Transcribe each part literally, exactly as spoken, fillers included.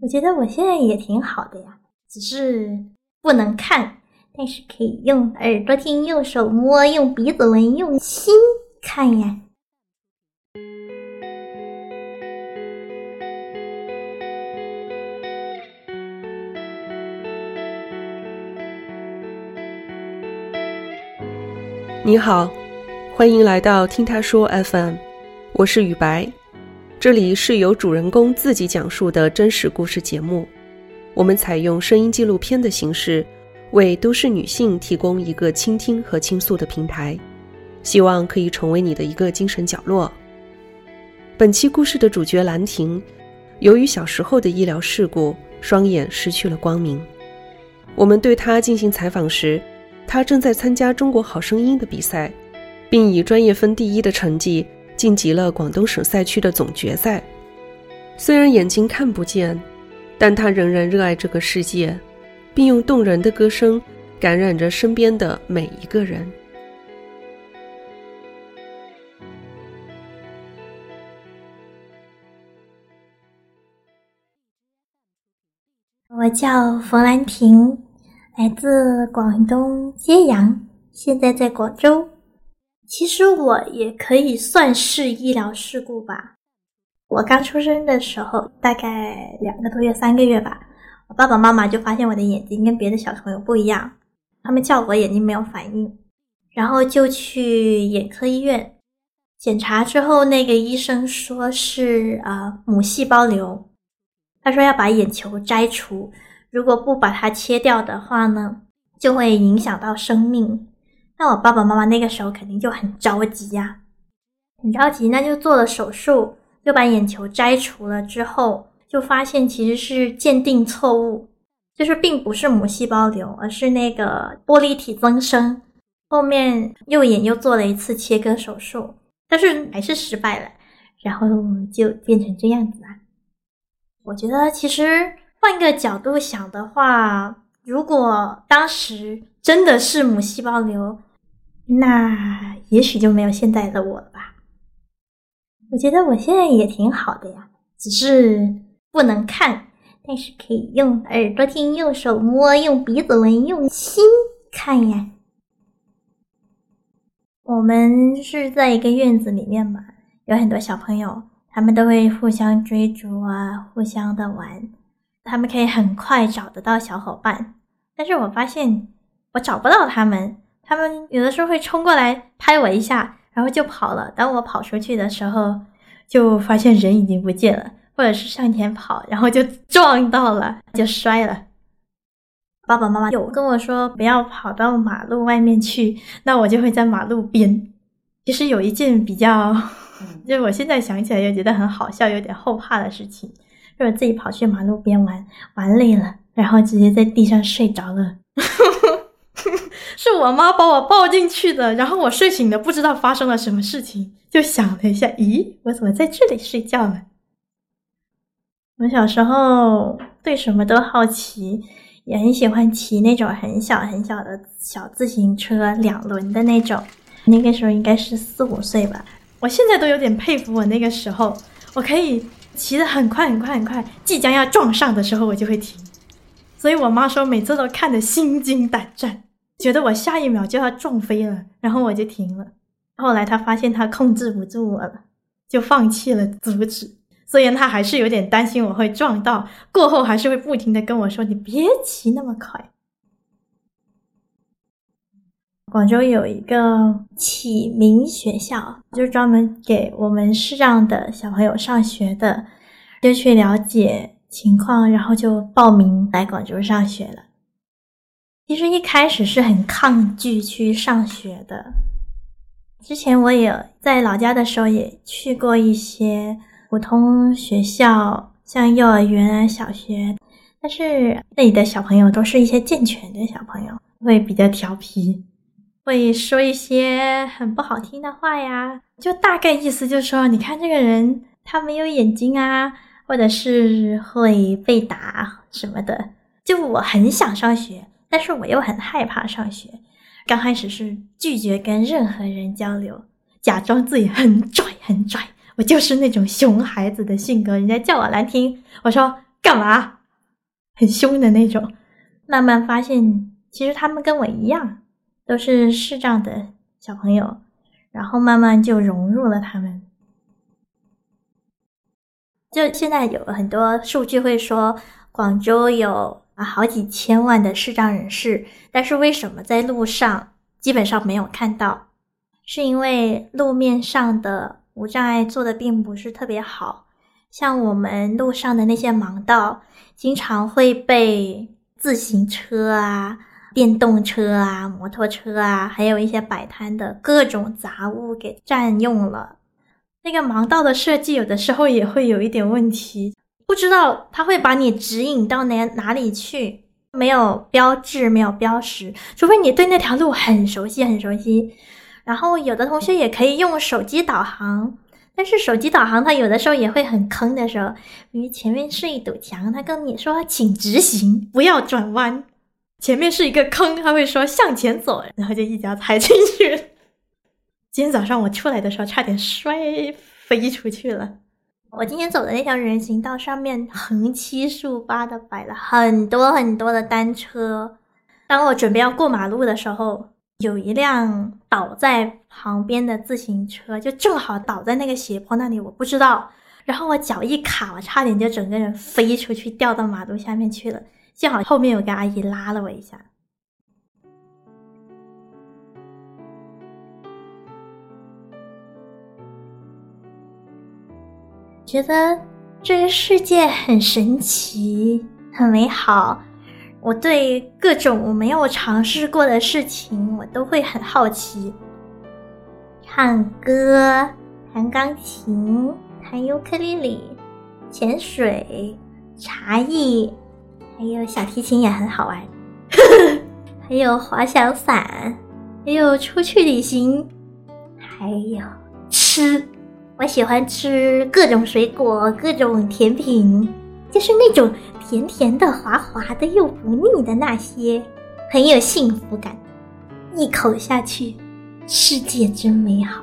我觉得我现在也挺好的呀，只是不能看，但是可以用耳朵听，用手摸，用鼻子闻，用心看呀。 你好，欢迎来到听他说 F M， 我是雨白，这里是由主人公自己讲述的真实故事节目，我们采用声音纪录片的形式，为都市女性提供一个倾听和倾诉的平台，希望可以成为你的一个精神角落。本期故事的主角兰亭，由于小时候的医疗事故，双眼失去了光明。我们对她进行采访时，她正在参加中国好声音的比赛，并以专业分第一的成绩晋级了广东省赛区的总决赛。虽然眼睛看不见，但她仍然热爱这个世界，并用动人的歌声感染着身边的每一个人。 我叫冯兰亭，来自广东揭阳，现在在广州。其实我也可以算是医疗事故吧。我刚出生的时候，大概两个多月、三个月吧，我爸爸妈妈就发现我的眼睛跟别的小朋友不一样，他们叫我眼睛没有反应，然后就去眼科医院检查之后，那个医生说是呃母细胞瘤，他说要把眼球摘除，如果不把它切掉的话呢，就会影响到生命。那我爸爸妈妈那个时候肯定就很着急呀、啊，很着急，那就做了手术，就把眼球摘除了之后，就发现其实是鉴定错误，就是并不是母细胞瘤，而是那个玻璃体增生。后面右眼又做了一次切割手术，但是还是失败了，然后就变成这样子啊。我觉得其实换个角度想的话，如果当时真的是母细胞瘤，那也许就没有现在的我了吧。我觉得我现在也挺好的呀，只是不能看，但是可以用耳朵听，用手摸，用鼻子闻，用心看呀。我们是在一个院子里面嘛，有很多小朋友，他们都会互相追逐啊，互相的玩，他们可以很快找得到小伙伴。但是我发现我找不到他们，他们有的时候会冲过来拍我一下，然后就跑了。当我跑出去的时候，就发现人已经不见了，或者是向前跑，然后就撞到了，就摔了。爸爸妈妈有跟我说不要跑到马路外面去，那我就会在马路边。其实有一件比较就我现在想起来又觉得很好笑，有点后怕的事情，就是自己跑去马路边玩，玩累了，然后直接在地上睡着了。是我妈把我抱进去的，然后我睡醒了，不知道发生了什么事情，就想了一下，咦，我怎么在这里睡觉了？我小时候对什么都好奇，也很喜欢骑那种很小很小的小自行车，两轮的那种。那个时候应该是四五岁吧，我现在都有点佩服我那个时候，我可以骑得很快很快很快，即将要撞上的时候我就会停。所以我妈说每次都看得心惊胆战，觉得我下一秒就要撞飞了，然后我就停了。后来她发现她控制不住我了，就放弃了阻止。虽然她还是有点担心我会撞到，过后还是会不停地跟我说你别骑那么快。广州有一个启明学校，就是专门给我们视障的小朋友上学的，就去了解情况，然后就报名来广州上学了。其实一开始是很抗拒去上学的，之前我也在老家的时候也去过一些普通学校，像幼儿园啊、小学，但是那里的小朋友都是一些健全的小朋友，会比较调皮，会说一些很不好听的话呀，就大概意思就是说，你看这个人他没有眼睛啊，或者是会被打什么的。就我很想上学，但是我又很害怕上学。刚开始是拒绝跟任何人交流，假装自己很拽很拽，我就是那种熊孩子的性格。人家叫我兰亭，我说干嘛？很凶的那种。慢慢发现其实他们跟我一样都是视障的小朋友，然后慢慢就融入了他们。就现在有很多数据会说广州有好几千万的视障人士，但是为什么在路上基本上没有看到？是因为路面上的无障碍做的并不是特别好，像我们路上的那些盲道经常会被自行车啊、电动车啊、摩托车啊，还有一些摆摊的各种杂物给占用了。那个盲道的设计有的时候也会有一点问题，不知道它会把你指引到哪哪里去，没有标志，没有标识，除非你对那条路很熟悉很熟悉。然后有的同学也可以用手机导航，但是手机导航它有的时候也会很坑的时候，因为前面是一堵墙，它跟你说请直行，不要转弯，前面是一个坑，它会说向前走，然后就一脚踩进去了。今天早上我出来的时候差点摔飞出去了。我今天走的那条人行道上面横七竖八的摆了很多很多的单车，当我准备要过马路的时候，有一辆倒在旁边的自行车就正好倒在那个斜坡那里，我不知道，然后我脚一卡，我差点就整个人飞出去掉到马路下面去了，幸好后面有个阿姨拉了我一下。觉得这个世界很神奇很美好，我对各种我没有尝试过的事情我都会很好奇，唱歌、弹钢琴、弹尤克里里、潜水、茶艺，还有小提琴也很好玩还有滑翔伞，还有出去旅行，还有吃，我喜欢吃各种水果、各种甜品，就是那种甜甜的、滑滑的又不腻的那些，很有幸福感。一口下去，世界真美好。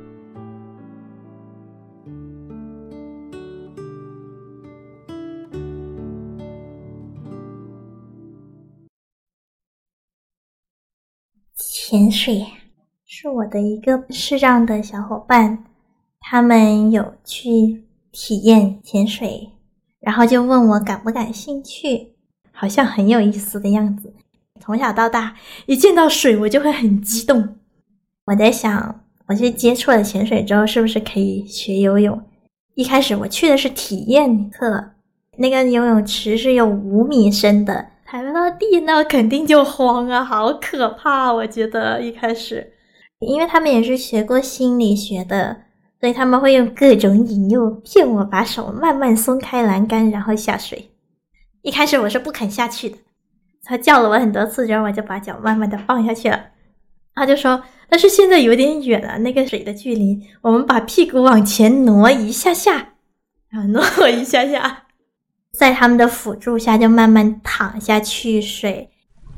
潜水是我的一个视障的小伙伴，他们有去体验潜水，然后就问我感不感兴趣，好像很有意思的样子。从小到大一见到水我就会很激动，我在想我去接触了潜水之后是不是可以学游泳。一开始我去的是体验课，那个游泳池是有五米深的，踩不到地那肯定就慌啊，好可怕。我觉得一开始因为他们也是学过心理学的，所以他们会用各种引诱骗我把手慢慢松开栏杆然后下水。一开始我是不肯下去的，他叫了我很多次，然后我就把脚慢慢的放下去了。他就说但是现在有点远了，那个水的距离，我们把屁股往前挪一下下，然后挪一下下，在他们的辅助下就慢慢躺下去水。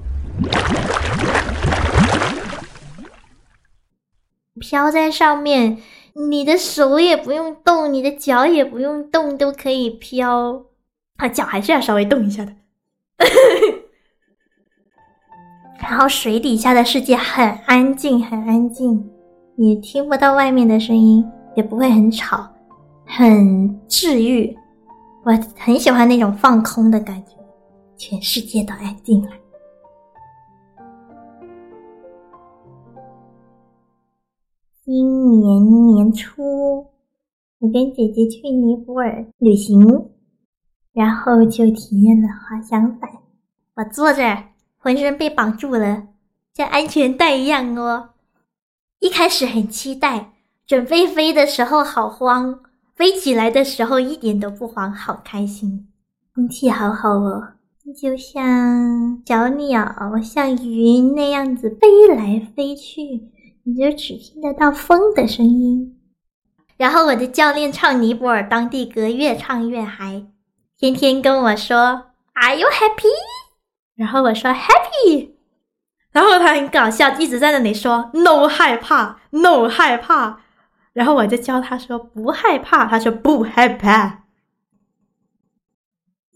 飘在上面，你的手也不用动，你的脚也不用动，都可以飘。啊，脚还是要稍微动一下的。然后水底下的世界很安静很安静，你听不到外面的声音，也不会很吵，很治愈。我很喜欢那种放空的感觉，全世界都安静了。今年年初，我跟姐姐去尼泊尔旅行，然后就体验了滑翔伞。我坐着浑身被绑住了，像安全带一样哦。一开始很期待，准备飞的时候好慌，飞起来的时候一点都不慌，好开心。空气好好哦，就像小鸟像云那样子飞来飞去，你就只听得到风的声音。然后我的教练唱尼泊尔当地歌，越唱越嗨，天天跟我说 Are you happy？ 然后我说 Happy， 然后他很搞笑，一直在那里说 No 害怕 No 害怕，然后我就教他说不害怕，他说不害怕。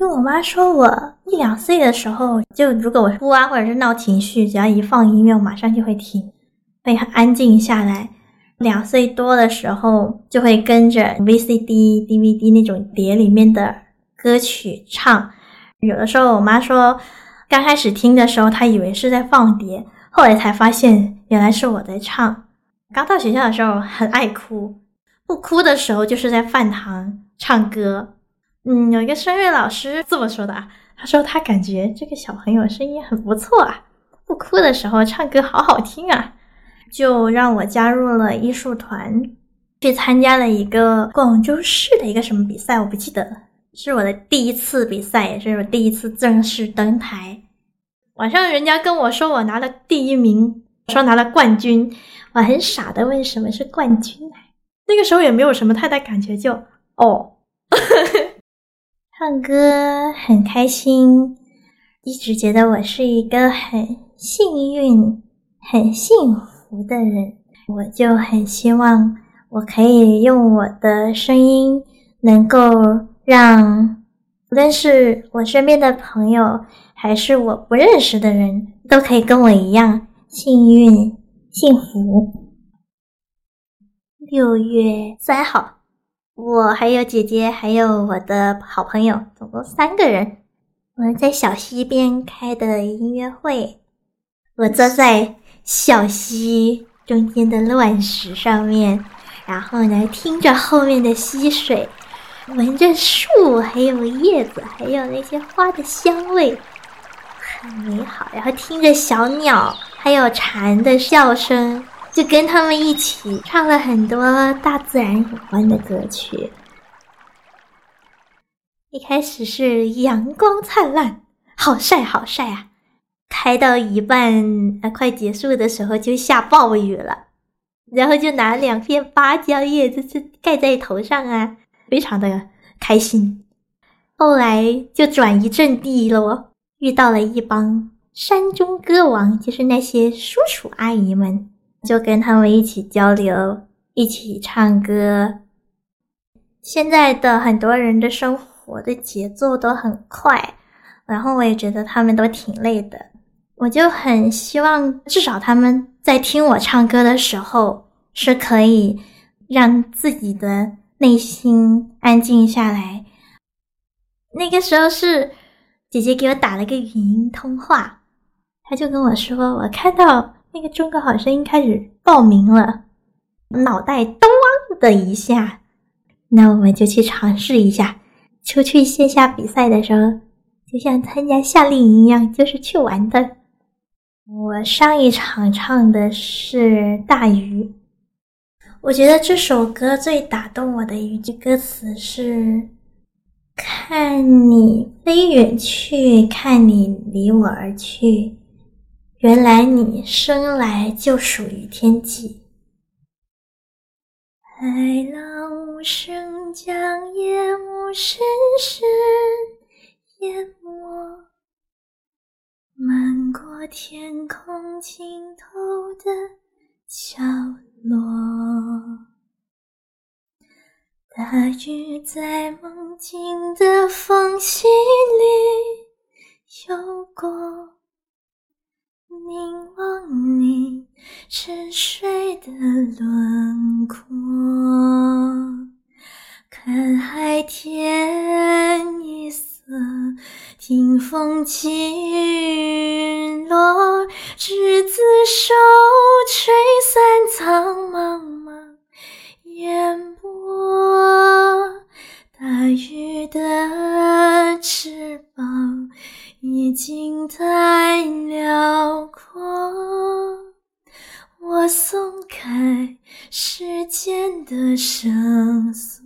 因为我妈说我一两岁的时候，就如果我哭啊或者是闹情绪，只要一放音乐我马上就会停，会很安静下来。两岁多的时候就会跟着 V C D、D V D 那种碟里面的歌曲唱。有的时候我妈说刚开始听的时候她以为是在放碟，后来才发现原来是我在唱。刚到学校的时候很爱哭，不哭的时候就是在饭堂唱歌。嗯，有一个声乐老师这么说的啊，他说他感觉这个小朋友声音很不错啊，不哭的时候唱歌好好听啊，就让我加入了艺术团，去参加了一个广州市的一个什么比赛，我不记得了，是我的第一次比赛，也是我第一次正式登台。晚上人家跟我说我拿了第一名，说拿了冠军，我很傻的问什么是冠军，那个时候也没有什么太大感觉，就哦唱歌很开心，一直觉得我是一个很幸运很幸福的人，我就很希望我可以用我的声音能够让无论是我身边的朋友还是我不认识的人都可以跟我一样幸运幸福。六月三号，我还有姐姐还有我的好朋友，总共三个人，我们在小溪边开的音乐会。我坐在小溪中间的乱石上面，然后呢听着后面的溪水，闻着树还有叶子还有那些花的香味，很美好。然后听着小鸟还有蝉的笑声，就跟他们一起唱了很多大自然有关的歌曲。一开始是阳光灿烂，好晒好晒啊，开到一半、啊、快结束的时候就下暴雨了，然后就拿两片芭蕉叶就是盖在头上啊，非常的开心。后来就转移阵地咯，遇到了一帮山中歌王，就是那些叔叔阿姨们，就跟他们一起交流，一起唱歌。现在的很多人的生活的节奏都很快，然后我也觉得他们都挺累的，我就很希望至少他们在听我唱歌的时候是可以让自己的内心安静下来。那个时候是姐姐给我打了个语音通话，她就跟我说我看到那个中国好声音开始报名了，脑袋咚的一下，那我们就去尝试一下。出去线下比赛的时候就像参加夏令营一样，就是去玩的。我上一场唱的是大鱼，我觉得这首歌最打动我的一句歌词是看你飞远去，看你离我而去，原来你生来就属于天际。海浪无声将夜幕深深淹没，漫过天空尽头的角落。大雨在梦境的缝隙里游过，凝望你沉睡的轮廓，看海天一色，听风起云落，执子手吹散苍茫茫烟波。大鱼的翅膀已经太辽阔，我松开时间的绳索，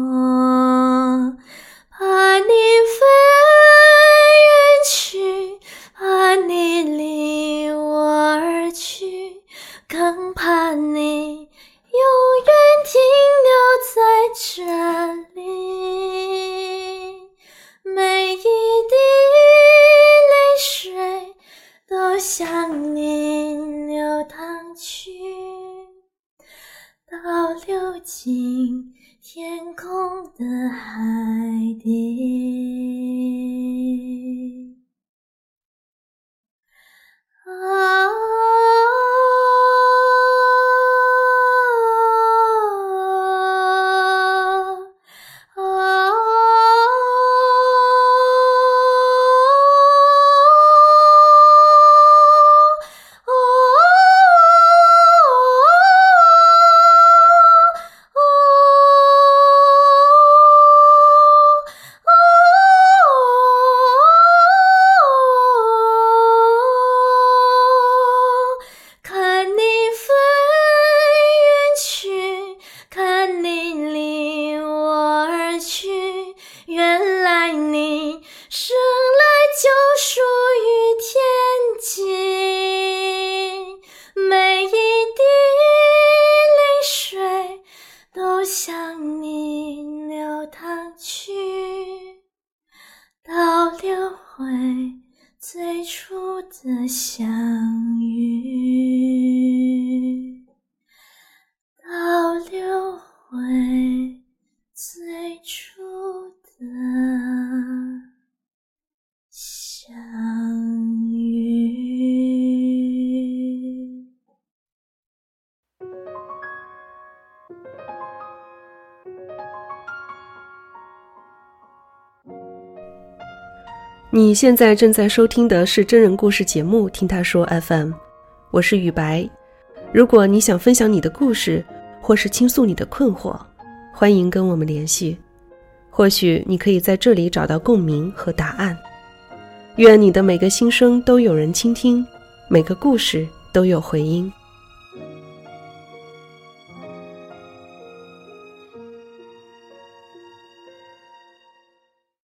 怕你飞远去，怕你离我而去，更怕你永远停留在这里。每一滴泪水都向你流淌去，倒流进天空的海底。 就属于天际，每一滴泪水都向你流淌去，倒流回最初的相遇，倒流回最初的相遇。 你现在正在收听的是真人故事节目《听他说 F M》， 我是雨白。如果你想分享你的故事，或是倾诉你的困惑，欢迎跟我们联系，或许你可以在这里找到共鸣和答案。愿你的每个心声都有人倾听，每个故事都有回音。